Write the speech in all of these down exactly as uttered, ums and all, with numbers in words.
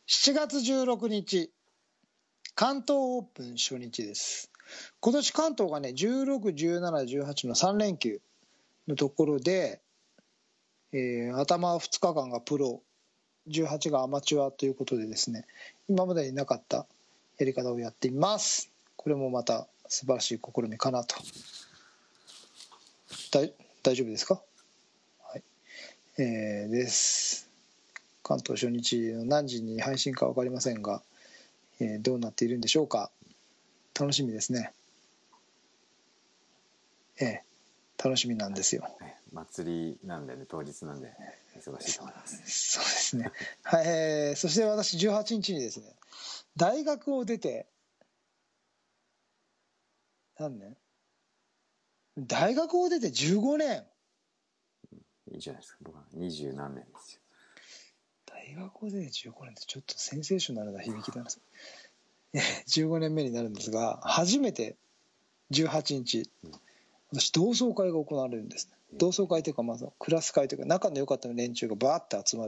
しちがつじゅうろくにち関東オープン初日です。今年関東がねじゅうろく、じゅうなな、じゅうはちのさん連休のところで、えー、頭ふつかかんがプロ、じゅうはちがアマチュアということでですね、今までになかったやり方をやっています。これもまた素晴らしい試みかなと。だ大丈夫ですか？はい、えー、です。関東初日の何時に配信か分かりませんが、えー、どうなっているんでしょうか。楽しみですね。ええ、楽しみなんですよ。 祭りなんでね、当日なんで忙しいと思います。 そうですね。はい、えー、そして私じゅうはちにちにですね、大学を出て何年？大学を出てじゅうごねん。 いいじゃないですか。僕は二十何年ですよ。 大学を出てじゅうごねんってちょっとセンセーショナルな響きなんです。じゅうごねんめになるんですが、初めてじゅうはちにち、私同窓会が行われるんです、ね、同窓会というか、まずクラス会というか仲の良かった連中がバーって集まるって。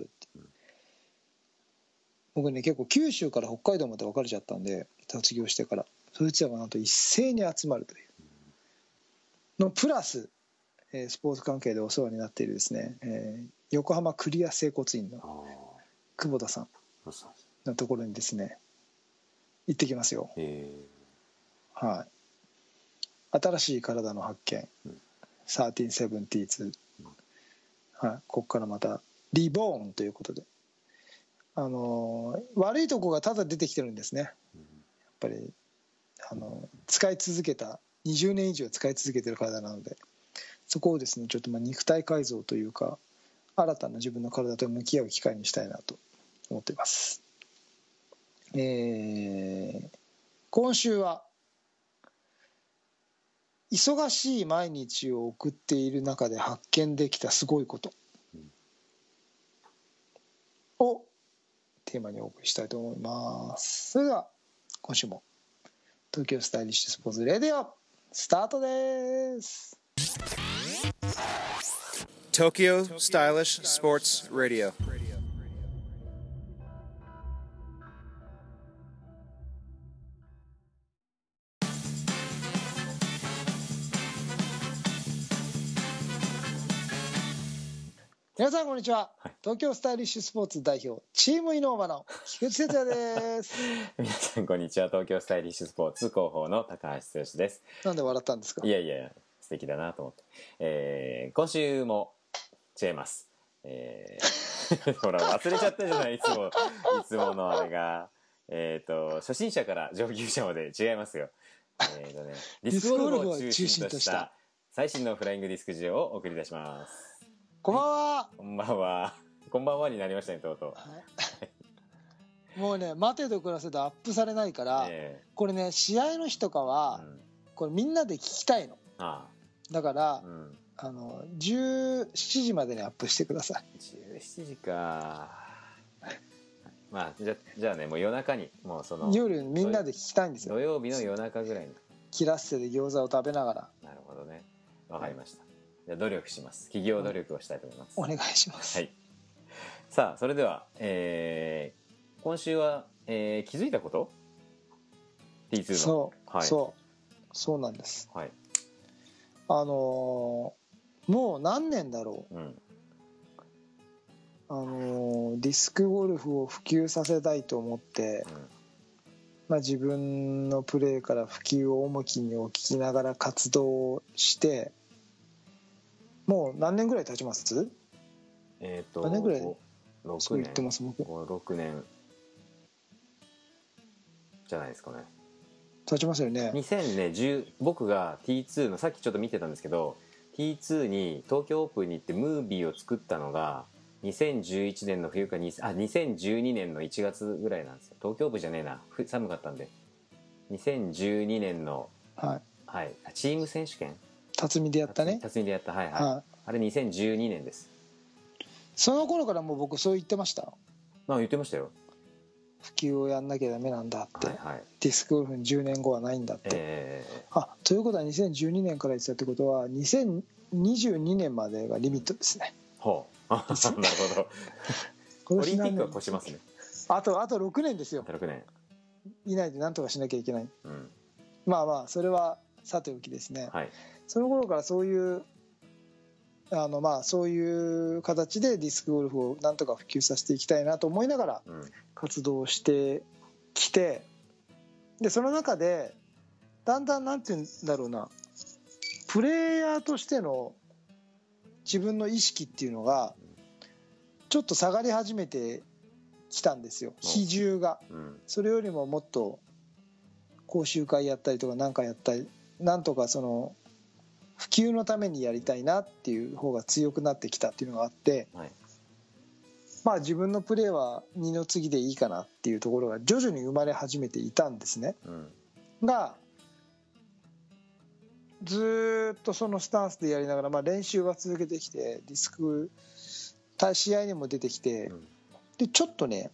僕ね結構九州から北海道まで分かれちゃったんで、卒業してからそいつらがなんと一斉に集まるというのプラス、えー、スポーツ関係でお世話になっているですね、えー、横浜クリア整骨院の久保田さんのところにですね行ってきますよ。はい、新しい体の発見、うん、じゅうさんななじゅうに、はい、ここからまたリボーンということで、あのー、悪いとこがただ出てきてるんですね。やっぱりあの使い続けたにじゅうねん以上使い続けてる体なので、そこをですねちょっとまあ肉体改造というか新たな自分の体と向き合う機会にしたいなと思っています。えー、今週は忙しい毎日を送っている中で発見できたすごいことをテーマにお送りしたいと思います。それでは今週も東京スタイリッシュスポーツレディオスタートです。 Tokyo Stylish Sports Radio。 皆さんこんにちは、はい、東京スタイリッシュスポーツ代表チームイノーバの菊池哲也です皆さんこんにちは、東京スタイリッシュスポーツ広報の高橋剛です。 なんで笑ったんですか？ いやいや素敵だなと思って、えー、今週も違います、えー、ほら忘れちゃったじゃないいつもいつものあれがえっ、ー、と初心者から上級者まで違いますよ。えーとね、ディスクゴルフを中心とした最新のフライングディスク事情をお送りいたします。 こんばんは。 こんばんは。こんばんはになりましたね、とうとう。はい、 もうね、待てど暮らせどアップされないから、えー、これね、試合の日とかは、うん、これみんなで聞きたいの。ああだから、うん、あのじゅうしちじまでにアップしてください。 じゅうしちじか。まあじゃじゃあね、もう夜中にもうその夜みんなで聞きたいんですよ。 土曜日の夜中ぐらいに。 キラッセで餃子を食べながら。 なるほどね。わかりました。じゃあ努力します。企業努力をしたいと思います。 お願いします。 はい。さあそれでは、えー、今週は、えー、気づいたこと ティーツー のそう、はい、そうそうなんです。はい。あのー、もう何年だろう。うん、あのー、ディスクゴルフを普及させたいと思って、うん、まあ、自分のプレーから普及を重きに置きながら活動してもう何年ぐらい経ちます？ えっと何年ぐらいろくねんそう言ってます僕。 ろくねんじゃないですかね。 経ちますよね。 にせんじゅう僕が ティーツー のさっきちょっと見てたんですけど ティーツー に東京オープンに行ってムービーを作ったのがにせんじゅういちねんの冬かあにせんじゅうにねんのいちがつぐらいなんですよ。東京オープンじゃねえな、寒かったんでにせんじゅうにねんの、はいはい、チーム選手権辰巳でやったね。 辰巳でやったはいはい、はい、あれにせんじゅうにねんです。 その頃からもう僕そう言ってました。 ああ言ってましたよ。 普及をやんなきゃダメなんだって、はいはい、ディスクゴルフにじゅうねんごはないんだって、えー、あということはにせんじゅうにねんから言ってたってことはにせんにじゅうにねんまでがリミットですね。 ほうなるほどオリンピックは越しますね。 あとあとろくねんですよ。 ろくねん以内で何とかしなきゃいけない。 ん、うん、 まあまあそれはさておきですね、 はい、 その頃からそういうあのまあそういう形でディスクゴルフをなんとか普及させていきたいなと思いながら活動してきて、でその中でだんだんなんていうんだろうな、プレイヤーとしての自分の意識っていうのがちょっと下がり始めてきたんですよ、比重が。それよりももっと講習会やったりとか何かやったり、なんとかその普及のためにやりたいなっていう方が強くなってきたっていうのがあって、 はい、 まあ自分のプレーは二の次でいいかなっていうところが徐々に生まれ始めていたんですね、うん、がずっとそのスタンスでやりながら、まあ、練習は続けてきてディスク試合にも出てきて、でちょっとね、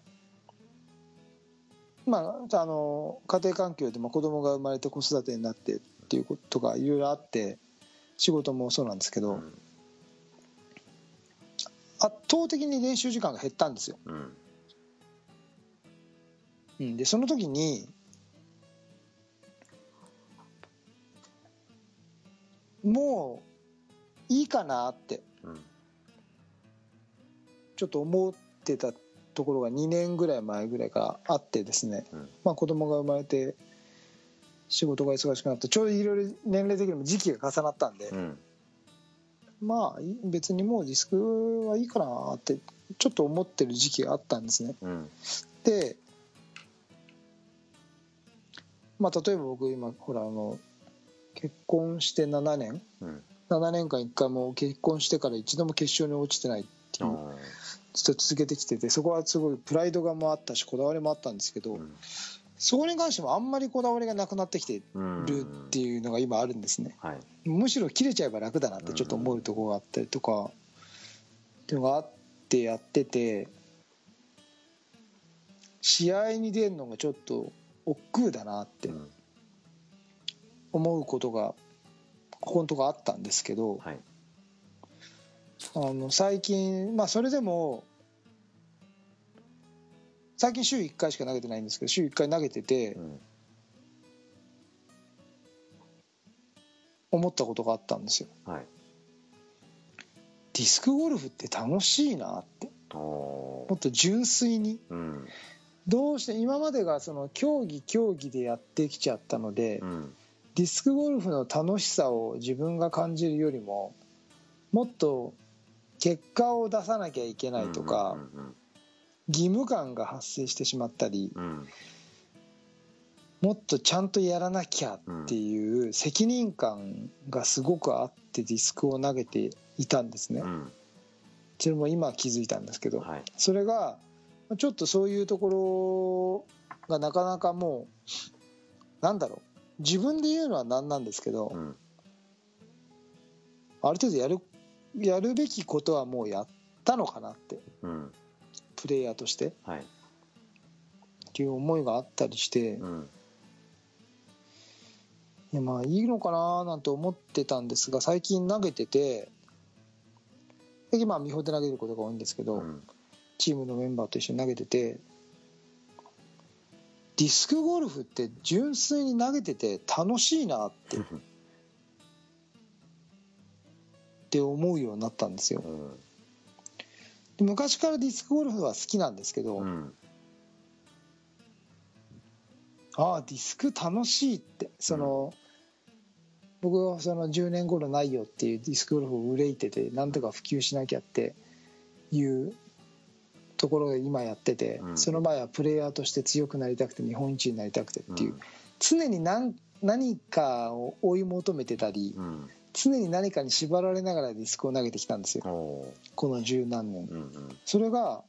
まあ、あの家庭環境でも子供が生まれて子育てになってっていうことがいろいろあって仕事もそうなんですけど、圧倒的に練習時間が減ったんですよ、うん、でその時にもういいかなってちょっと思ってたところがにねんぐらい前ぐらいからあってですね、まあ、子供が生まれて仕事が忙しくなってちょうどいろいろ年齢的にも時期が重なったんで、うん、まあ別にもうディスクはいいかなってちょっと思ってる時期があったんですね、うん、でまあ例えば僕今ほらあの結婚してななねん、うん、ななねんかんいっかいも結婚してから一度も決勝に落ちてないっていうずっと続けてきてて、そこはすごいプライドがもあったしこだわりもあったんですけど、うん、そこに関してもあんまりこだわりがなくなってきてるっていうのが今あるんですね、はい、むしろ切れちゃえば楽だなってちょっと思うところがあったりとかっていうのがあってやってて、試合に出るのがちょっと億劫だなって思うことがここのとこあったんですけど、はい、あの最近まあそれでも最近週いっかいしか投げてないんですけど週いっかい投げてて、うん、思ったことがあったんですよ、はい、ディスクゴルフって楽しいなって、もっと純粋に、うん、どうして今までがその競技競技でやってきちゃったので、うん、ディスクゴルフの楽しさを自分が感じるよりももっと結果を出さなきゃいけないとか、うんうんうんうん、義務感が発生してしまったり、うん、もっとちゃんとやらなきゃっていう責任感がすごくあってディスクを投げていたんですね、うん、それも今気づいたんですけど、はい、それがちょっとそういうところがなかなかもうなんだろう自分で言うのはなんなんですけど、うん、ある程度やるやるべきことはもうやったのかなって、うん、プレイヤーとして、はい、っていう思いがあったりして、うん、いやまあいいのかななんて思ってたんですが、最近投げてて最近まあ見本で投げることが多いんですけど、うん、チームのメンバーと一緒に投げててディスクゴルフって純粋に投げてて楽しいなってって思うようになったんですよ、うん、で昔からディスクゴルフは好きなんですけど、うん、ああディスク楽しいってその、うん、僕はそのじゅうねんごろないよっていうディスクゴルフを憂いててなんとか普及しなきゃっていうところが今やってて、うん、その前はプレイヤーとして強くなりたくて日本一になりたくてっていう、うん、常に 何, 何かを追い求めてたり、うん、常に何かに縛られながらディスクを投げてきたんですよこの十何年、うんうん、それが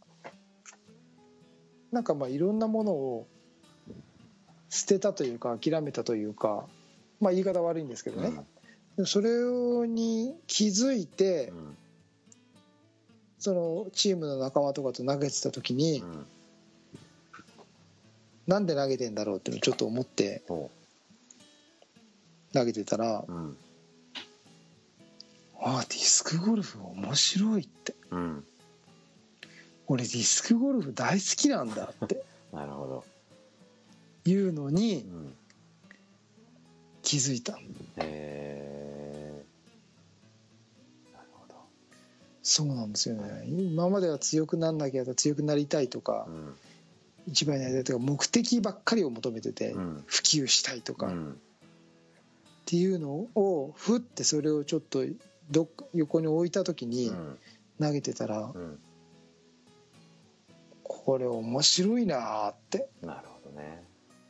なんかまあいろんなものを捨てたというか諦めたというかまあ言い方悪いんですけどね、うん、それに気づいて、うん、そのチームの仲間とかと投げてた時に、うん、なんで投げてんだろうっていうのをちょっと思って投げてたら、うん、ああディスクゴルフ面白いって、うん、 俺ディスクゴルフ大好きなんだってなるほど。 いうのにうん気づいた。 へえ。なるほど。 そうなんですよね。今までは強くなんなきゃ強くなりたいとか、 うん、 一番になりたいとか目的ばっかりを求めてて、 うん、 普及したいとか、 うん、 っていうのをふってそれをちょっとどっか横に置いた時に投げてたら、 うん、 これ面白いなって。 なるほどね。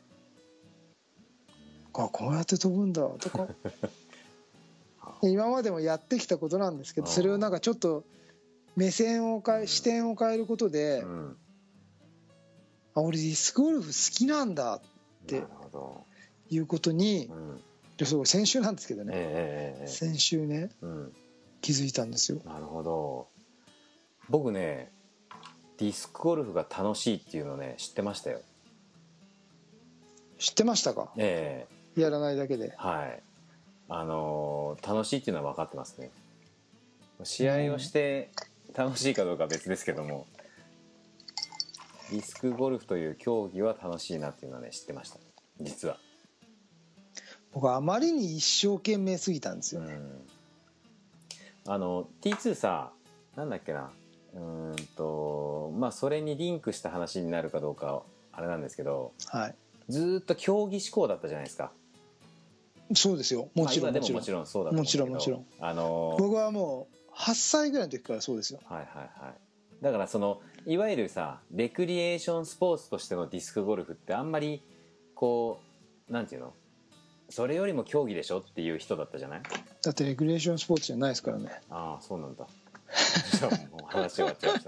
あ、こうやって飛ぶんだとか今までもやってきたことなんですけど、それをなんかちょっと目線を変え、視点を変えることで、うん、あ、俺ディスクゴルフ好きなんだっていうことに、うん、そう先週なんですけどね、えー、先週ね、うん、気づいたんですよ。 なるほど。僕ねディスクゴルフが楽しいっていうのね知ってましたよ。 知ってましたか？ ええーやらないだけで、 はい、あのー、楽しいっていうのは分かってますね。試合をして楽しいかどうかは別ですけども、ディスクゴルフという競技は楽しいなっていうのはね知ってました。実は僕はあまりに一生懸命すぎたんですよね。 うん、あの ティーツー さなんだっけな、うーんとまあそれにリンクした話になるかどうかあれなんですけど、 はい、 ずっと競技志向だったじゃないですか。 そうですよ、もちろん、 まあ、今でももちろんそうだと思うんだけど、 もちろんもちろん、 あのー、 僕はもうはっさいぐらいの時からそうですよ。 はいはいはい。だからそのいわゆるさレクリエーションスポーツとしてのディスクゴルフってあんまりこうなんていうの、それよりも競技でしょっていう人だったじゃない。 だってレクリエーションスポーツじゃないですからね。あああそうなんだじゃあもう話終わっちゃいました、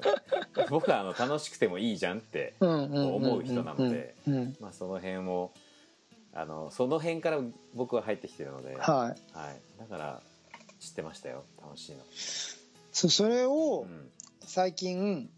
ね、僕はあの楽しくてもいいじゃんって思う人なので、まあその辺をあのその辺から僕は入ってきてるので、はいはい、 だから知ってましたよ、楽しいの。 そ, それを最近、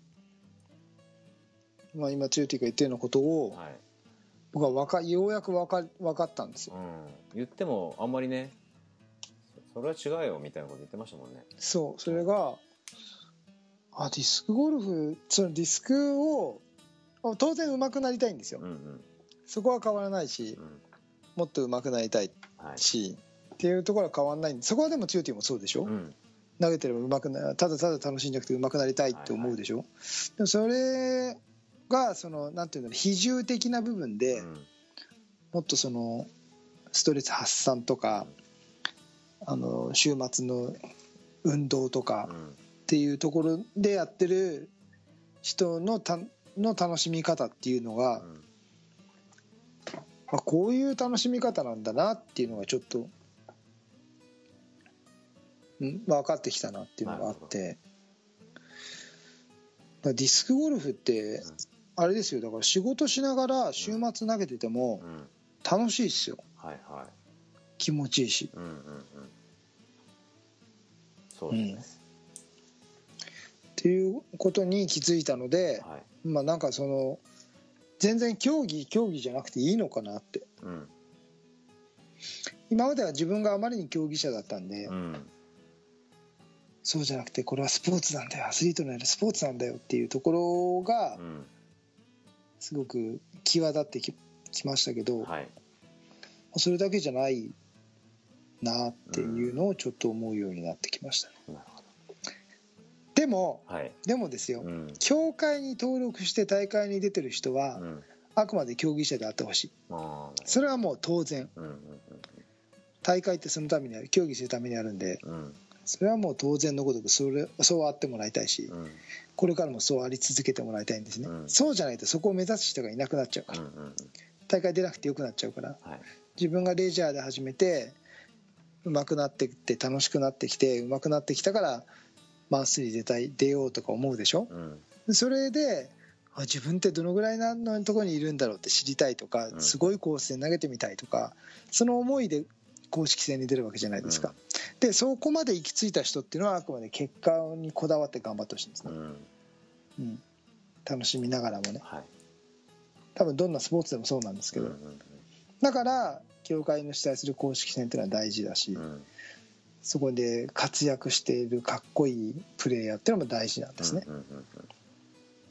まあ、今つゆてぃが言ってるようなことを、はい、僕はわかようやく分か分かったんですよ、うん、 言ってもあんまりねそれは違うよみたいなこと言ってましたもんね。 そうそれが、あディスクゴルフ、そのディスクを当然上手くなりたいんですよ、うんうん、そこは変わらないし、うん、もっと上手くなりたいし、はい、っていうところは変わらないんで、そこはでもつゆてぃもそうでしょ、うん、投げてれば上手くなただただ楽しいんじゃなくて上手くなりたいって思うでしょ、はいはい、でもそれがそのなんていうんだろう、比重的な部分で、うん、もっとそのストレス発散とか、うん、あの週末の運動とかっていうところでやってる人のたの楽しみ方っていうのが、うん、まあ、こういう楽しみ方なんだなっていうのがちょっとん分かってきたなっていうのがあって、だディスクゴルフってあれですよ、だから仕事しながら週末投げてても楽しいですよ、うんはいはい、気持ちいいし、うんうんうん、 そうですね、うん、 っていうことに気づいたので、はい、まあなんかその全然競技競技じゃなくていいのかなって、うん、今までは自分があまりに競技者だったんで、うん、そうじゃなくてこれはスポーツなんだよ、アスリートのやるスポーツなんだよっていうところがすごく際立ってき、きましたけど、はい、それだけじゃないなっていうのをちょっと思うようになってきましたね、うん、なるほど。でも、はい、でもですよ、うん、協会に登録して大会に出てる人は、うん、あくまで競技者であってほしい。それはもう当然、うんうんうん、大会ってそのためにある、競技するためにあるんで、うん、それはもう当然のごとくそれそうあってもらいたいし、うん、これからもそうあり続けてもらいたいんですね、うん、そうじゃないとそこを目指す人がいなくなっちゃうから、うんうんうん、大会出なくてよくなっちゃうから、はい、自分がレジャーで始めて上手くなってきて楽しくなってきて上手くなってきたからマンスリー出たい出ようとか思うでしょ、うん、それであ自分ってどのぐらいのところにいるんだろうって知りたいとか、うん、すごいコースで投げてみたいとか、その思いで公式戦に出るわけじゃないですか、うん、でそこまで行き着いた人っていうのはあくまで結果にこだわって頑張ってほしいんですね、うんうん、楽しみながらもね、はい、多分どんなスポーツでもそうなんですけど、うんうんうん、だから協会の主催する公式戦っていうのは大事だし、うん、そこで活躍しているかっこいいプレーヤーっていうのも大事なんですね、うんうんうんうん、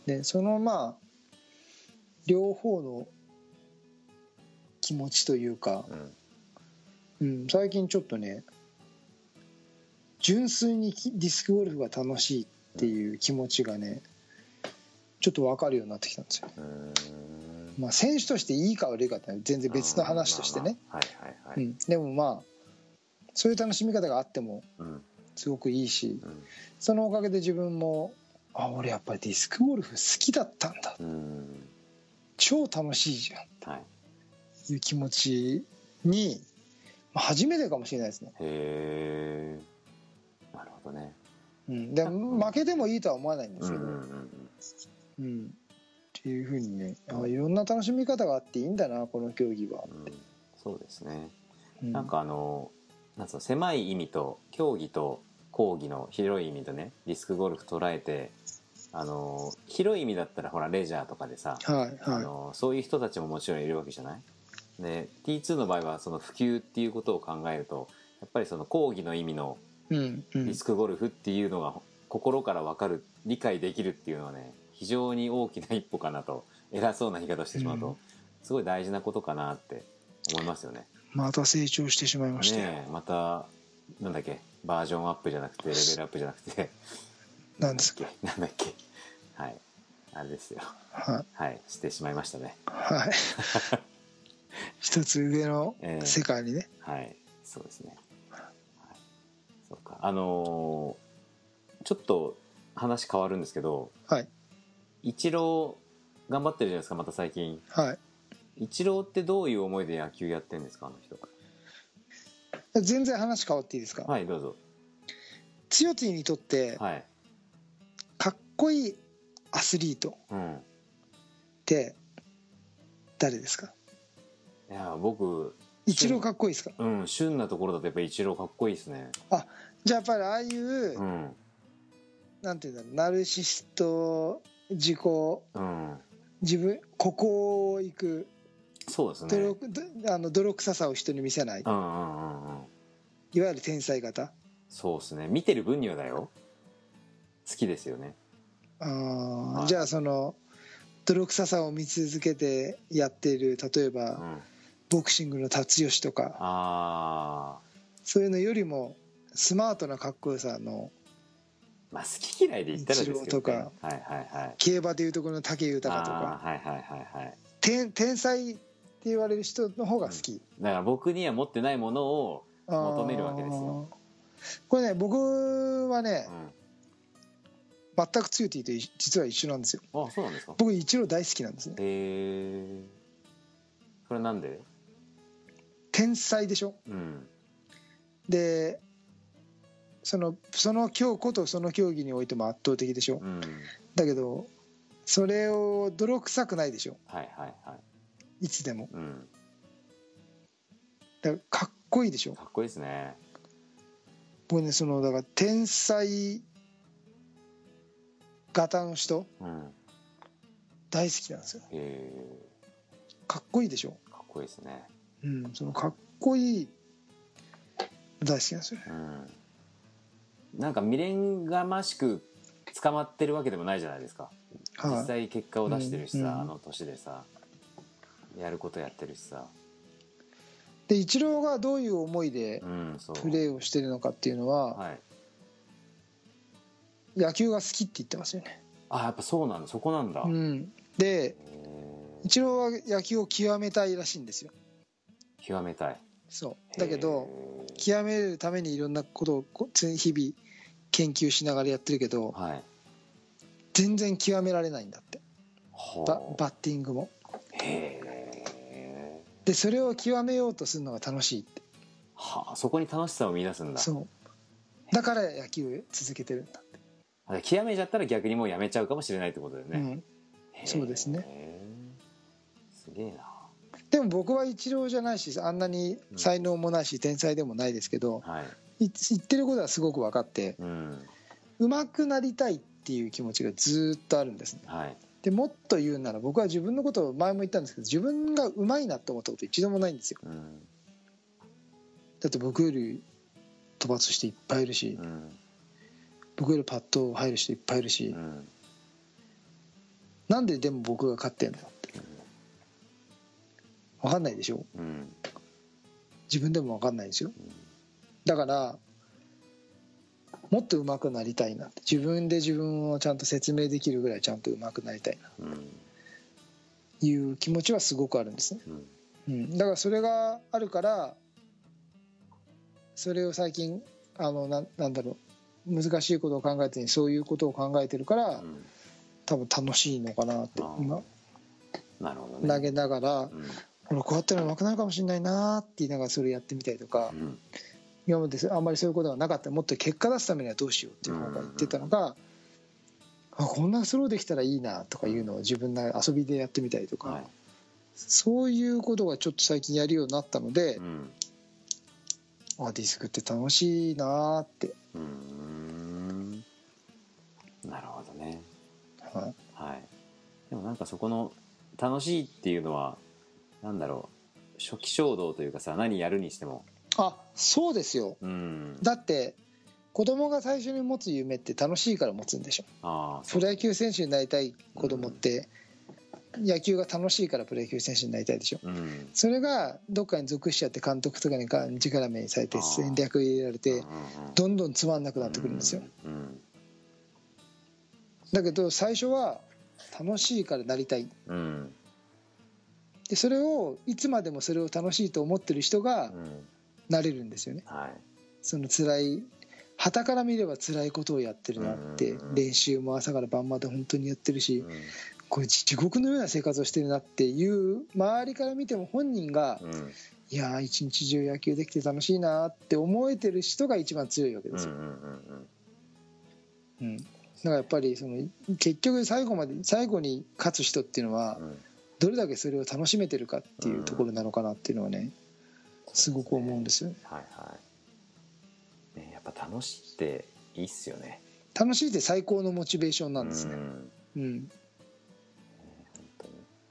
でそのまあ両方の気持ちというか、 うんうん、最近ちょっとね純粋にディスクゴルフが楽しいっていう気持ちがねちょっと分かるようになってきたんですよ。 うーんまあ選手としていいか悪いかって全然別の話としてね、 まあまあはいはいはい、 うん、でもまあそういう楽しみ方があってもうんすごくいいし、 うんそのおかげで自分もあ俺やっぱりディスクゴルフ好きだったんだ、 うん超楽しいじゃんはいという気持ちに初めてかもしれないですね。 へえなるほどね。 うん、で負けてもいいとは思わないんですけど、 うんうんうんうん、っていうふうにねあいろんな楽しみ方があっていいんだなこの競技は、 うん、そうですね、 うん、 なんかあのなんつうの狭い意味と競技と講義の広い意味とねディスクゴルフ捉えてあの広い意味だったらほらレジャーとかでさ、 はいはい、 あのそういう人たちももちろんいるわけじゃない。で ティーツー の場合はその普及っていうことを考えるとやっぱりその講義の意味のうんうんディスクゴルフっていうのが心から分かる理解できるっていうのはね非常に大きな一歩かなと偉そうな言い方をしてしまうと、うん、すごい大事なことかなって思いますよね。 また成長してしまいましたよ、 ねえまたなんだっけバージョンアップじゃなくてレベルアップじゃなくてなんですかなんだっけはいあれですよはい、 はい、してしまいましたねはい一つ上の世界にね、 えー、はいそうですね、はい、そうかあのー、ちょっと話変わるんですけど、 はい、 イチロー頑張ってるじゃないですかまた最近。 はいイチローってどういう思いで野球やってるんですかあの人。 全然話変わっていいですか。 はいどうぞ。 つよついにとってかっこいいアスリートって誰ですか。 いや僕イチローかっこいいですか。 うん旬なところだとやっぱイチローかっこいいですね。 あじゃあやっぱりああいう、 うん、 なんていうんだろうナルシスト自己、 うん、 自分ここを行くそうですね泥あの泥臭さを人に見せない、 うんうんうんうん、 いわゆる天才型。 そうですね見てる分にはだよ好きですよね。 あ、 はい、 じゃあその泥臭さを見続けてやっている例えば、うん、ボクシングの辰吉とかあそういうのよりもスマートなかっこよさのまあ好き嫌いで言ったらですけどね。 とか、 はいはいはい、 競馬でいうところの武豊とか、 はいはいはいはい、 天, 天才って言われる人の方が好き、うん、 だから僕には持ってないものを求めるわけですよ。 これね僕はね、うん、全く強いと言うと実は一緒なんですよ。 あそうなんですか。 僕イチロー大好きなんですね。 へえそれなんで。 天才でしょ、うん、でそのその競技とその競技においても圧倒的でしょ、うん、だけどそれを泥臭くないでしょ、 はいはいはい、 いつでも、うん、だからかっこいいでしょ。 かっこいいですね。 僕ねそのだから天才型の人、うん、大好きなんですよ。へーかっこいいでしょ。 かっこいいですね。 うん、そのかっこいい大好きなんですよ、 うん、なんか未練がましく捕まってるわけでもないじゃないですか、はい、実際結果を出してるしさ、うん、あの年でさやることやってるしさでイチローがどういう思いでプレーをしてるのかっていうのは、うんはい、野球が好きって言ってますよね。 あやっぱそうなんだそこなんだ、 うん、でイチローは野球を極めたいらしいんですよ。極めたい。そうだけど極めるためにいろんなことを日々研究しながらやってるけど、はい、全然極められないんだって。バ, バッティングも。へでそれを極めようとするのが楽しいって。はあそこに楽しさを見出すんだ。そうだから野球を続けてるんだって。極めちゃったら逆にもうやめちゃうかもしれないってことだよね、うん、そうですね。すげえな。でも僕はイチローじゃないしあんなに才能もないし天才でもないですけど、うんはい、言ってることはすごく分かって、うん、上手くなりたいっていう気持ちがずっとあるんですね、はい、でもっと言うなら僕は自分のことを前も言ったんですけど自分が上手いなと思ったこと一度もないんですよ、うん、だって僕より飛ばす人いっぱいいるし、うん、僕よりパット入る人いっぱいいるし、うん、 なんででも僕が勝ってんのって分かんないでしょ、 うん、 自分でも分かんないですよ。だからもっと上手くなりたいなって、自分で自分をちゃんと説明できるぐらいちゃんと上手くなりたいなという気持ちはすごくあるんですね、うん、だからそれがあるからそれを最近あの な, なんだろう難しいことを考えずにそういうことを考えてるから、うん、多分楽しいのかなって今なるほど、ね、 投げながら、うん、俺こうやったら上手くなるかもしれないなって言いながらそれやってみたりとか、うん、今まであんまりそういうことがなかった。もっと結果出すためにはどうしようっていう方が言ってたのが、あこんなスローできたらいいなとかいうのを自分の遊びでやってみたりとか、はい、そういうことがちょっと最近やるようになったので、うん、あディスクって楽しいなって。 うーんなるほどね、はいはい、でもなんかそこの楽しいっていうのはなんだろう初期衝動というかさ何やるにしてもあそうですよ、うん、だって子供が最初に持つ夢って楽しいから持つんでしょ。あプロ野球選手になりたい子供って、うん、野球が楽しいからプロ野球選手になりたいでしょ、うん、それがどっかに属しちゃって監督とかに力目にされて戦略入れられてどんどんつまんなくなってくるんですよ、うんうん、だけど最初は楽しいからなりたい、うん、でそれをいつまでもそれを楽しいと思ってる人がなれるんですよね、うんはい、その辛い傍から見れば辛いことをやってるなって、うんうん、練習も朝から晩まで本当にやってるし、うん、これ地獄のような生活をしてるなっていう周りから見ても本人が、うん、いや一日中野球できて楽しいなって思えてる人が一番強いわけですよ、うんうんうんうん、だからやっぱりその結局最後まで最後に勝つ人っていうのは、うん、どれだけそれを楽しめてるかっていうところなのかなっていうのはねすごく思うんですよね、はいはいね、やっぱ楽しいっていいっすよね。 楽しいって最高のモチベーションなんですね。うん、うんね、 本当に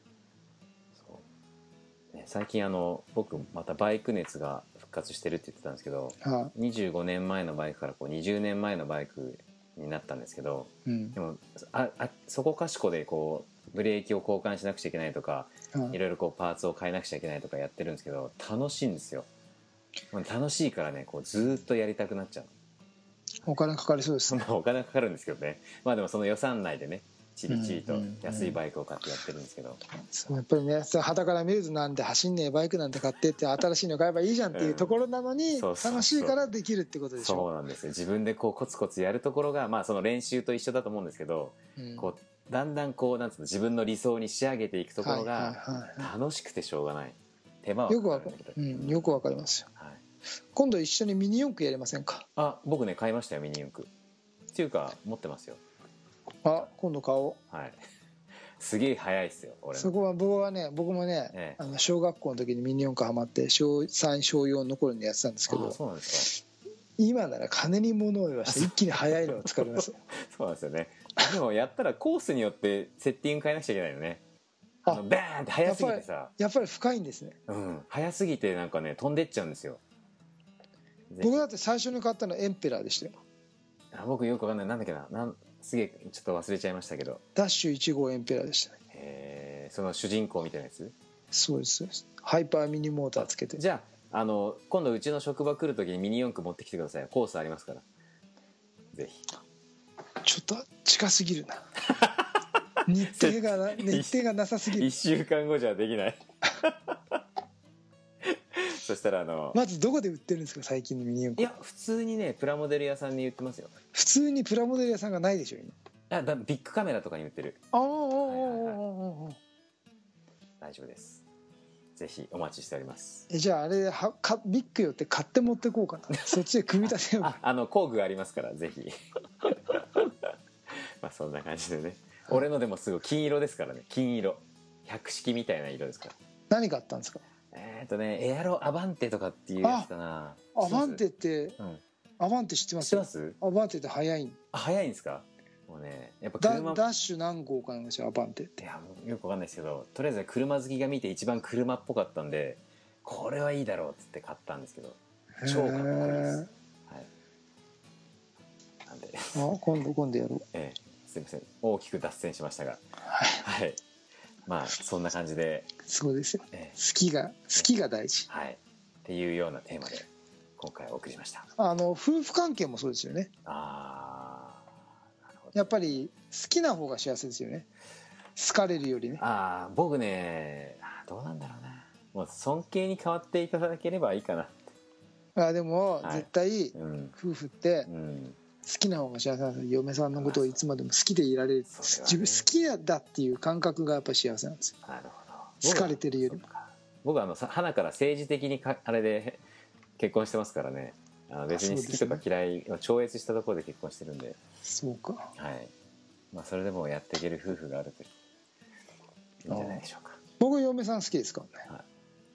そうね、最近あの僕またバイク熱が復活してるって言ってたんですけど、はあ、にじゅうごねんまえのバイクからこうにじゅうねんまえのバイクになったんですけど、うん、でもああそこかしこでこうブレーキを交換しなくちゃいけないとか、はあ、いろいろこうパーツを変えなくちゃいけないとかやってるんですけど楽しいんですよ。楽しいからねこうずっとやりたくなっちゃう。 お金かかりそうですね。 お金かかるんですけどね。まあでもその予算内でねチリチリと安いバイクを買ってやってるんですけど、うんうんうん、 そうやっぱりね肌から見るとなんで走んねえバイクなんて買ってって新しいの買えばいいじゃんっていうところなのに、うん、そうそうそう楽しいからできるってことでしょ。 そうなんですよ。自分でこうコツコツやるところがまあその練習と一緒だと思うんですけど、うん、こうだんだんこうなんつうの自分の理想に仕上げていくところが楽しくてしょうがない。手間はかかるんだけど、 よくわかる、うん、よくわかりますよ、はい、今度一緒にミニ四駆やりませんか。 あ僕ね買いましたよミニ四駆っていうか持ってますよ。 あ今度買おう。 はいすげえ早いっすよ俺の。 そこは僕はね僕もね、ええ、あの小学校の時にミニ四駆ハマって小さん小よんの頃にやってたんですけど。あそうなんですか。今なら金に物を言わして一気に速いのを作りますよそうなんですよね。でもやったらコースによってセッティング変えなくちゃいけないよね。あのバーンって速すぎてさやっぱりやっぱり深いんですね。 うん速すぎてなんかね飛んでっちゃうんですよ。 僕だって最初に買ったのエンペラーでしたよ。 あ僕よくわかんないなんだっけななんすげえちょっと忘れちゃいましたけどダッシュいち号エンペラーでしたね。 へえその主人公みたいなやつ。 そうですそうです。ハイパーミニモーターつけて。 じゃああの今度うちの職場来る時にミニ四駆持ってきてください。コースありますからぜひ。 ちょっと近すぎるな日程がな日程がなさすぎる。 いっしゅうかんごじゃできないそしたらあのまずどこで売ってるんですか最近のミニ四駆。 いや普通にねプラモデル屋さんに売ってますよ。 普通にプラモデル屋さんがないでしょ今。 あだビッグカメラとかに売ってる。ああ、はいはいはい、大丈夫です。ぜひお待ちしております。 えじゃああれはかビッグ寄って買って持ってこうかなそっちで組み立てようか。 ああの工具がありますからぜひまあそんな感じでね俺のでもすごい金色ですからね金色百式みたいな色ですから。 何買ったんですか。 えー、っとねエアロアバンテとかっていうやつだな。 アバンテって、うん、アバンテ知ってます。 知ってます。 アバンテって速い。 あ速いんですか。もうねやっぱ車ダッシュ何号かなんですよアバンテって。 いやよくわかんないですけどとりあえず車好きが見て一番車っぽかったんでこれはいいだろうっつって買ったんですけど超かっこいいです。はい。なんであ今度今度やろう。 ええすみません大きく脱線しましたが、 はい、 はい、まあそんな感じでそうですよ、 え好きが好きが大事、 はい、っていうようなテーマで今回お送りしました。 あの夫婦関係もそうですよね。 ああ、なるほど。 やっぱり好きな方が幸せですよね、好かれるよりね。 ああ、僕ね、どうなんだろうな、もう尊敬に変わっていただければいいかなって。 あでも、はい、絶対、 うん、 夫婦ってうん好きな方が幸せなんですよ。嫁さんのことをいつまでも好きでいられる、ね、自分好きだっていう感覚がやっぱり幸せなんですよ。 なるほど。 好かれてるよりも。 僕はあの花から政治的にかあれで結婚してますからね。あの別に好きとか嫌いを超越したところで結婚してるんで。 そうか。 はい。まあそれでもやっていける夫婦があるといいんじゃないでしょうか。 僕嫁さん好きですからね。はい、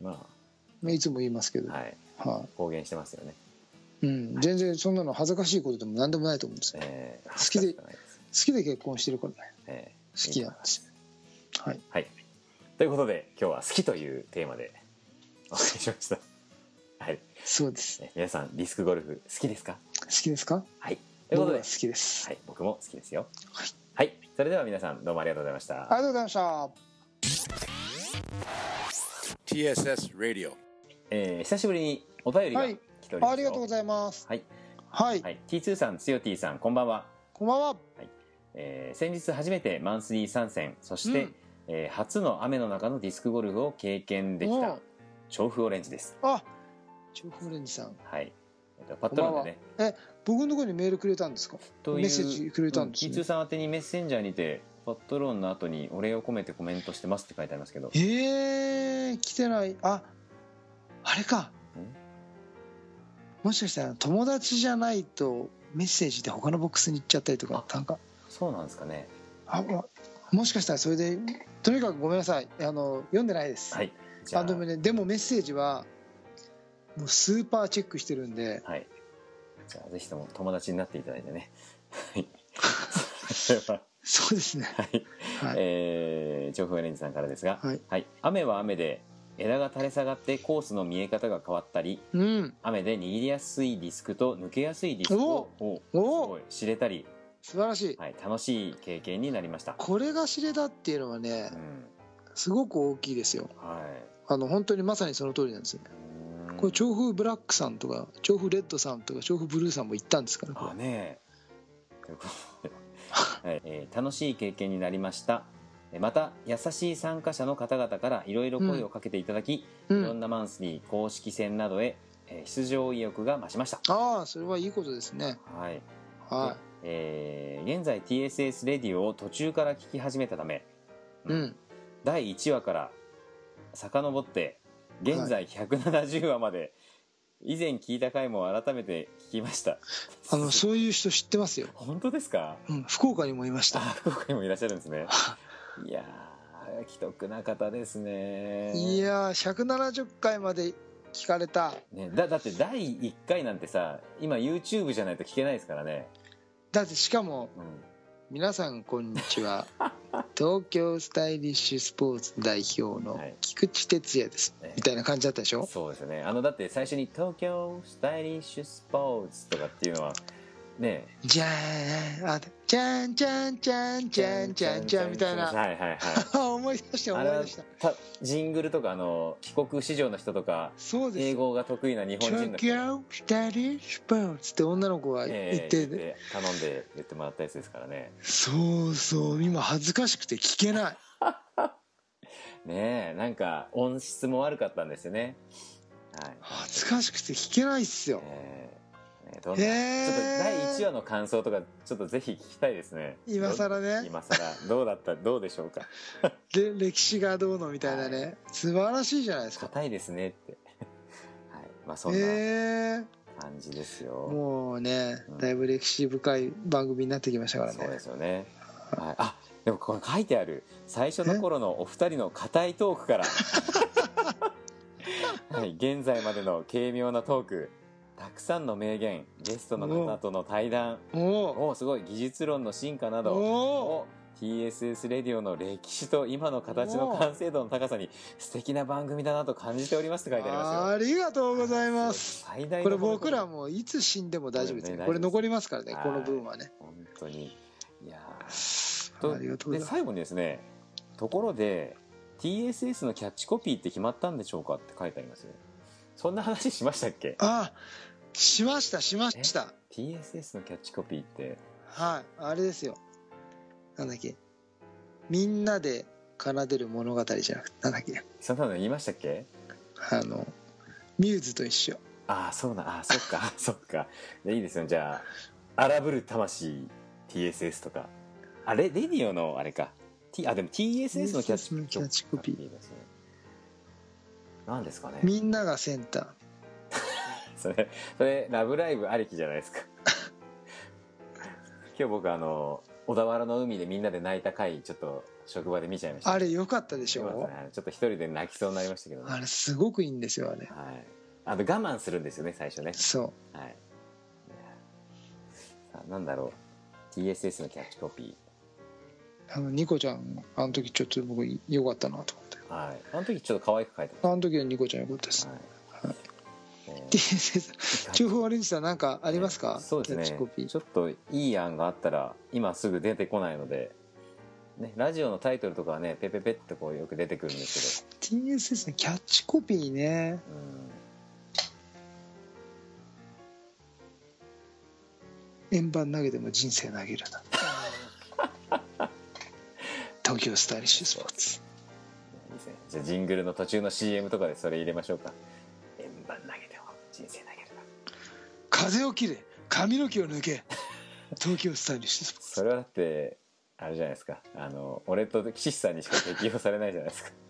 まあいつも言いますけど。 はい。はい、公言してますよね。 うん、全然そんなの恥ずかしいことでも何でもないと思うんですよ、えー、好きで好きで結婚してるからね、えー、好きなんですよ。はい、 はい、ということで今日は好きというテーマでお送りしました。はい、 そうです、 えー、皆さんディスクゴルフ好きですか？ 好きですか？ はい、ということで好きです。 はい、僕も好きですよ。 はい、 はい、それでは皆さんどうもありがとうございました。 ありがとうございました。 ティーエスエス Radio、 えー、久しぶりにお便りが、はいありがとうございます。 はい、 はいはい、ティーツー さん、つよ T さん、こんばんは。 こんばんは。はい、 えー、先日初めてマンスリー参戦、そして、うん、えー、初の雨の中のディスクゴルフを経験できた調布オレンジです。 あ、調布オレンジさん。 はい。パッとなんでね。 え、僕のところにメールくれたんですか？メッセージくれたんですね。 ティーツー さん宛てにメッセンジャーにてパットローンの後にお礼を込めてコメントしてますって書いてありますけど。 えー、来てない。あ、あれか。もしかしたら友達じゃないとメッセージで他のボックスに行っちゃったりとか、なんかそうなんですかね。 あ、もしかしたらそれでとにかくごめんなさい、あの読んでないです。はい。あでもね、でもメッセージはもうスーパーチェックしてるんで、 はい。じゃあぜひとも友達になっていただいてね。はい。 そうですね。 はい。はい、えー、調布オレンジさんからですが、はい、はい、雨は雨で枝が垂れ下がってコースの見え方が変わったり、うん、雨で握りやすいディスクと抜けやすいディスクをすごい知れたり、 素晴らしい、 はい、楽しい経験になりました。 これが知れたっていうのはね、うん、すごく大きいですよ。はい、あの本当にまさにその通りなんですよね。これ調布ブラックさんとか調布レッドさんとか調布ブルーさんも行ったんですから。 あねということで、はいえー、楽しい経験になりました。また優しい参加者の方々からいろいろ声をかけていただき、うん、いろんなマンスリー公式戦などへ出場意欲が増しました。 ああ、それはいいことですね。 はい、はい、えー、現在 ティーエスエス レディオを途中から聞き始めたため、うん、だいいちわから遡って現在ひゃくななじゅうわまで以前聞いた回も改めて聞きました。 あのそういう人知ってますよ。 本当ですか？ うん、福岡にもいました。 福岡にもいらっしゃるんですね。いやー、既得な方ですね。 いやー、ひゃくななじゅっかいまで聞かれた、 ね、だ, だってだいいっかいなんてさ、今 YouTube じゃないと聞けないですからね。 だってしかも、うん、皆さんこんにちは東京スタイリッシュスポーツ代表の菊池哲也です、はい、みたいな感じだったでしょ。 そうですよね。あのだって最初に東京スタイリッシュスポーツとかっていうのはね、 じゃーん、あ、じゃんじゃんじゃんじゃんじゃんじゃんみたいな、 はいはいはい、 思い出した思い出した。 ジングルとかあの帰国子女の人とか、そうです、英語が得意な日本人の人、 東京スタイリッシュスポーツって女の子が言って、えー、 言って頼んで言ってもらったやつですからね。 そうそう、今恥ずかしくて聞けないねえ、なんか音質も悪かったんですよね。 はい、恥ずかしくて聞けないっすよ。えーどんなちょっとだいいちわの感想とかちょっとぜひ聞きたいですね。 今更ね。 今更どうだったどうでしょうか。 で歴史がどうのみたいなね、はい、素晴らしいじゃないですか。 硬いですねって、はい、まあそんな感じですよ。 もうね、だいぶ歴史深い番組になってきましたからね。 そうですよね。はい、あ、でもこれ書いてある最初の頃のお二人の硬いトークから、はい、現在までの軽妙なトーク、たくさんの名言、ゲストの方との対談、おおすごい技術論の進化など、お ティーエスエス レディオの歴史と今の形の完成度の高さに素敵な番組だなと感じておりますって書いてありますよ。 ありがとうございます。最大のこれ僕らもいつ死んでも大丈夫ですね。これ残りますからね、この分はね。 本当にいやーありがとうございます。 で最後にですね、ところで ティーエスエス のキャッチコピーって決まったんでしょうかって書いてありますよ。そんな話しましたっけ？ あ、しましたしました。 ティーエスエス のキャッチコピーって、 はい、あれですよ。なんだっけ、みんなで奏でる物語じゃなくて、なんだっけ、 そんなの言いましたっけ？ あのミューズと一緒。 ああそうな、ああそっかそっか。でいいですよ。じゃあ荒ぶる魂 ティーエスエス とか、あれレディオのあれか、T、あでも ティーエスエス のキャッチ、 ティーエスエス のキャッチコピーですね。なんですかね。 みんながセンター。 それそれラブライブありきじゃないですか。今日僕あの小田原の海でみんなで泣いた回ちょっと職場で見ちゃいました。 あれ良かったでしよかったょ、 ね。ちょっと一人で泣きそうになりましたけどね。 あれすごくいいんですよあれ。 はい。あの我慢するんですよね最初ね。 そうはい。さあなんだろう ティーエスエス のキャッチコピあのニコちゃんあの時ちょっと僕良かったなと思って。 ー。はい。あの時ちょっと可愛く書いてまあの時のニコちゃん良かったです、 した。はい。 はいえーティーエスエス 中風オレンジさん何かありますか？ そうですね。 キャッチコピー。 ちょっといい案があったら今すぐ出てこないので、ね、ラジオのタイトルとかはねペペペってこうよく出てくるんですけど、 ティーエスエス のキャッチコピーね。 うん円盤投げても人生投げるな。東京スタイリッシュスポーツ。 いいですね。じゃあジングルの途中の シーエム とかでそれ入れましょうか。円盤投げても人生投げるな。 風を切れ髪の毛を抜け東京スタイリッシュスポーツ。 それはだってあれじゃないですか、あの俺と岸さんにしか適用されないじゃないですか。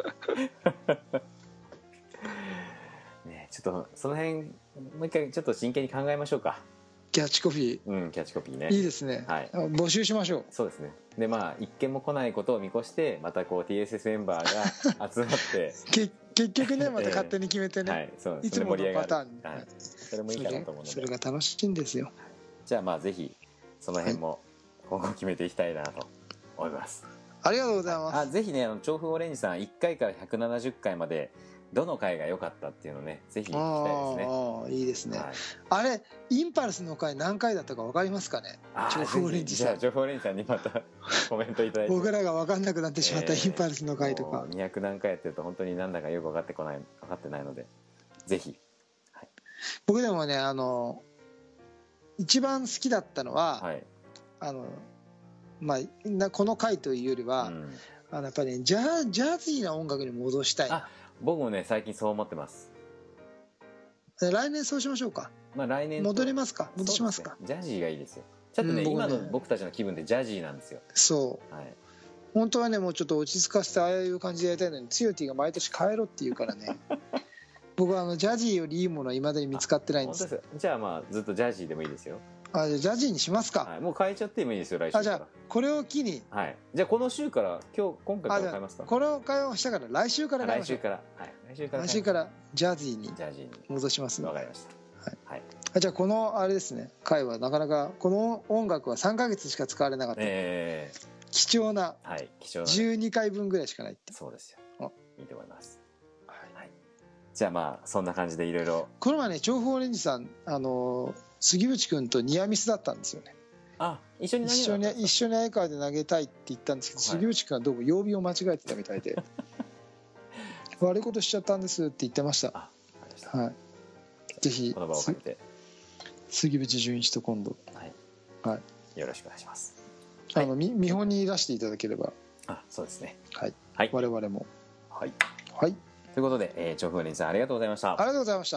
ね、ちょっとその辺もう一回ちょっと真剣に考えましょうか。 キャッチコピうん、キャッチコピーね。 ーいいですね、 はい、 募集しましょう。 そうですね。でまあ一件も来ないことを見越してまたこう ティーエスエス メンバーが集まってけ結局ねまた勝手に決めてね、 はい、そういつものパターン、 はい、それもいいかなと思うので、 それそれが楽しいんですよ。 じゃあまあぜひその辺も今後決めていきたいなと思います。 ありがとうございます。 あぜひね、あの調布オレンジさんいっかいからひゃくななじゅっかいまでどの回が良かったっていうのをねぜひ聞きたいですね。 ああいいですね、 はい、 あれインパルスの回何回だったか分かりますかね？調布オレンジさん、 じゃあ調布オレンジさんにまたコメントいただいて僕らが分かんなくなってしまったインパルスの回とか、 もうにひゃく何回やってると本当になんだかよく分かってこない分かってないのでぜひ、はい、 僕でもねあの一番好きだったのは、 はい、 あのまあなこの回というよりは、うん、あのやっぱり、ね、ジャジャズィーな音楽に戻したいな。 あ僕もね最近そう思ってます。 来年そうしましょうか。 まあ来年戻りますか戻しますか。 ジャジーがいいですよ。ちょっとね、うん、今の僕たちの気分でジャジーなんですよ。 そう、はい、本当はねもうちょっと落ち着かせてああいう感じでやりたいのにツヨティが毎年帰ろって言うからね僕はあのジャジーよりいいものはいまだに見つかってないんです。 本当です。じゃあまあずっとジャジーでもいいですよ。 あじゃあジャジーにしますか、 はい、もう変えちゃってもいいですよ来週から。 あじゃあこれを機に、 はい、じゃあこの週から今日今回から変えますか。 これを会話したから来週から変えましょう。 来週から、はい、来週から来週からジャジーにジャジーに戻しますね。 わかりました。はい、はい、 あじゃあこのあれですね回はなかなかこの音楽はさんかげつしか使われなかった、えー、貴重な、 はい、貴重な、ね、 じゅうにかいぶんぐらいしかないって。 そうですよ。いいと思います。はい、じゃあまあそんな感じでいろいろ。 この前ね調布オレンジさんあの杉内くんとニアミスだったんですよね。 あ一緒に一緒に一緒に相川で投げたいって言ったんですけど、はい、杉内くんはどうも曜日を間違えてたみたいで悪いことしちゃったんですって言ってました。あはい、ぜひこの場を借りて杉内純一と今度、 はいはい、 よろしくお願いします。 あの、はい、見本にいらしていただければ。 あそうですね。 はい、 はい、 我々もはい、 はい、 ということで、えー、調布オレンジさんありがとうございました。 ありがとうございました。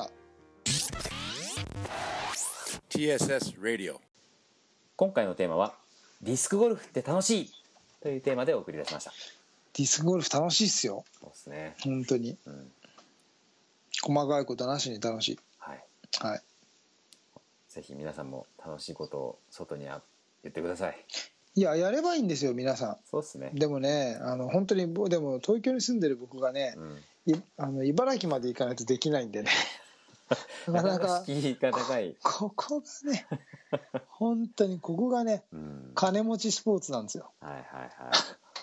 ティーエスエス Radio。 今回のテーマはディスクゴルフって楽しいというテーマでお送り出しました。 ディスクゴルフ楽しいっすよ。 そうですね本当に、うん、細かいことなしに楽しい。 はい、 はい、 ぜひ皆さんも楽しいことを外に言ってください。 いややればいいんですよ皆さん。 そうですね。 でもねあの本当にでも東京に住んでる僕がね、うん、いあの茨城まで行かないとできないんでねなかなか敷居が高い。 ここがね本当にここがね、うん、金持ちスポーツなんですよ。 はいはいはい、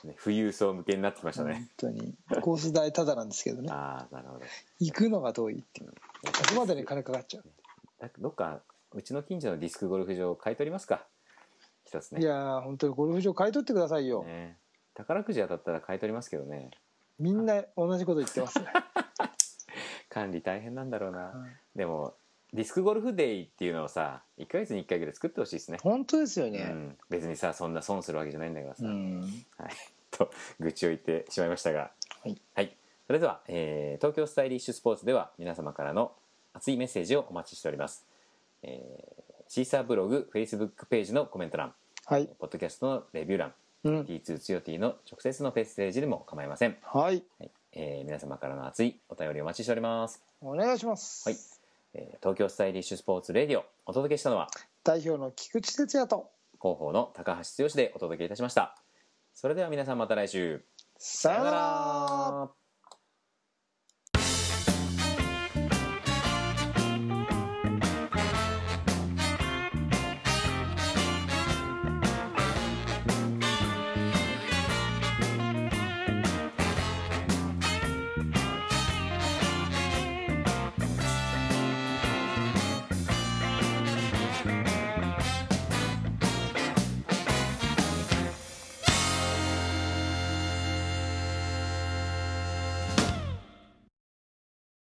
ね、富裕層向けになってきましたね。 本当にコース代ただなんですけどねああなるほど。 行くのが遠いっていう、うん、そこまでに金かかっちゃう。 どっかうちの近所のディスクゴルフ場買い取りますか。 一つね。 いやー本当にゴルフ場買い取ってくださいよ、 ね、宝くじ当たったら買い取りますけどね。 みんな同じこと言ってます管理大変なんだろうな、 はい、 でもディスクゴルフデイっていうのをさいっかげつにいっかいぐらい作ってほしいですね。 本当ですよね、 うん、別にさそんな損するわけじゃないんだからさ、 うんはい、と愚痴を言ってしまいましたが、 はい、 はい、それでは、えー東京スタイリッシュスポーツでは皆様からの熱いメッセージをお待ちしております、えーシーサーブログ、フェイスブックページのコメント欄、 はいポッドキャストのレビュー欄、 うん、 ティーツー つよティーの直接のメッセージでも構いません、 はいはい、えー皆様からの熱いお便りお待ちしております。 お願いします、 はい、えー東京スタイリッシュスポーツレディオ、お届けしたのは代表の菊池哲也と広報の高橋剛でお届けいたしました。それでは皆さんまた来週。 さよなら。